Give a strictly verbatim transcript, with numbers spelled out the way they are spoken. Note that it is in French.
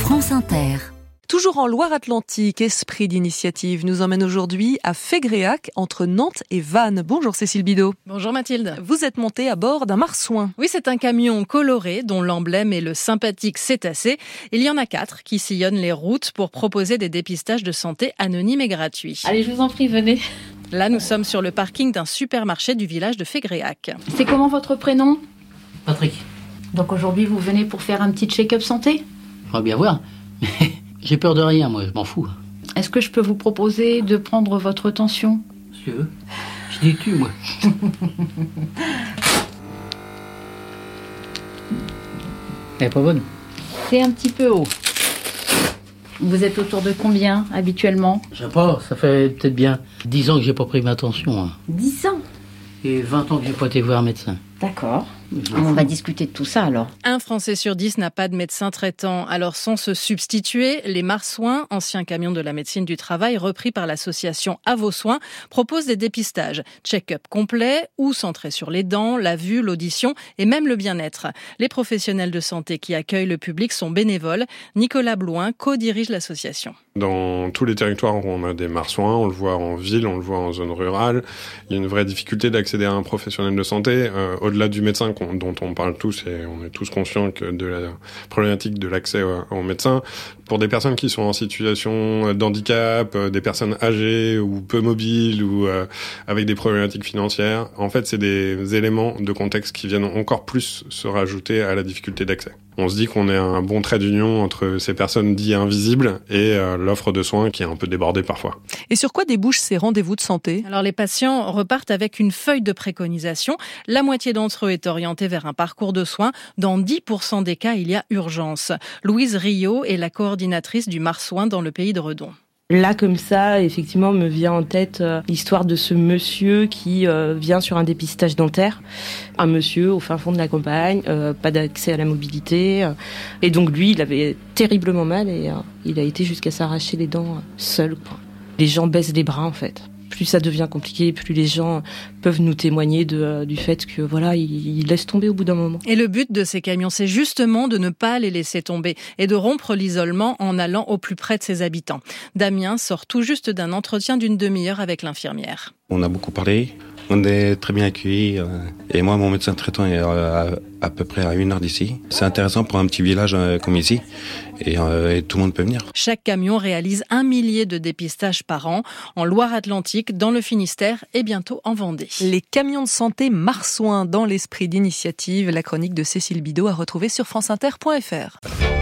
France Inter. Toujours en Loire-Atlantique, Esprit d'initiative nous emmène aujourd'hui à Fégréac, entre Nantes et Vannes. Bonjour Cécile Bidot. Bonjour Mathilde. Vous êtes montée à bord d'un marsouin. Oui, c'est un camion coloré dont l'emblème est le sympathique cétacé. Il y en a quatre qui sillonnent les routes pour proposer des dépistages de santé anonymes et gratuits. Allez, je vous en prie, venez. Là, nous sommes sur le parking d'un supermarché du village de Fégréac. C'est comment votre prénom ? Patrick. Donc aujourd'hui, vous venez pour faire un petit check-up santé ? On va bien voir. J'ai peur de rien, moi, je m'en fous. Est-ce que je peux vous proposer de prendre votre tension ? Si tu veux. Je dis tu, moi. Elle est pas bonne. C'est un petit peu haut. Vous êtes autour de combien, habituellement ? Je sais pas, ça fait peut-être bien dix ans que j'ai pas pris ma tension. Hein. dix ans ? Et vingt ans que j'ai pas été voir un médecin. D'accord. On va discuter de tout ça alors. Un Français sur dix n'a pas de médecin traitant. Alors sans se substituer, les marsouins, anciens camions de la médecine du travail repris par l'association À vos soins, proposent des dépistages. Check-up complet ou centré sur les dents, la vue, l'audition et même le bien-être. Les professionnels de santé qui accueillent le public sont bénévoles. Nicolas Blouin co-dirige l'association. Dans tous les territoires où on a des marsouins, on le voit en ville, on le voit en zone rurale, il y a une vraie difficulté d'accéder à un professionnel de santé, euh, au-delà du médecin dont on parle tous et on est tous conscients que de la problématique de l'accès aux médecins. Pour des personnes qui sont en situation d'handicap, des personnes âgées ou peu mobiles ou euh, avec des problématiques financières, en fait, c'est des éléments de contexte qui viennent encore plus se rajouter à la difficulté d'accès. On se dit qu'on est un bon trait d'union entre ces personnes dites invisibles et euh, l'offre de soins qui est un peu débordée parfois. Et sur quoi débouchent ces rendez-vous de santé ? Alors les patients repartent avec une feuille de préconisation. La moitié d'entre eux est orientée vers un parcours de soins. Dans dix pour cent des cas, il y a urgence. Louise Rio est la coordinatrice du marsouin dans le pays de Redon. Là, comme ça, effectivement, me vient en tête euh, l'histoire de ce monsieur qui euh, vient sur un dépistage dentaire. Un monsieur au fin fond de la campagne, euh, pas d'accès à la mobilité. Euh, et donc lui, il avait terriblement mal et euh, il a été jusqu'à s'arracher les dents euh, seul, quoi. Les gens baissent les bras, en fait. Plus ça devient compliqué, plus les gens peuvent nous témoigner de, euh, du fait que voilà, ils, ils laissent tomber au bout d'un moment. Et le but de ces camions, c'est justement de ne pas les laisser tomber et de rompre l'isolement en allant au plus près de ses habitants. Damien sort tout juste d'un entretien d'une demi-heure avec l'infirmière. On a beaucoup parlé, on est très bien accueillis. Et moi, mon médecin traitant est à, à peu près à une heure d'ici. C'est intéressant pour un petit village comme ici. Et, euh, et tout le monde peut venir. Chaque camion réalise un millier de dépistages par an en Loire-Atlantique, dans le Finistère et bientôt en Vendée. Les camions de santé marsouins dans l'esprit d'initiative, la chronique de Cécile Bidot à retrouver sur franceinter point f r.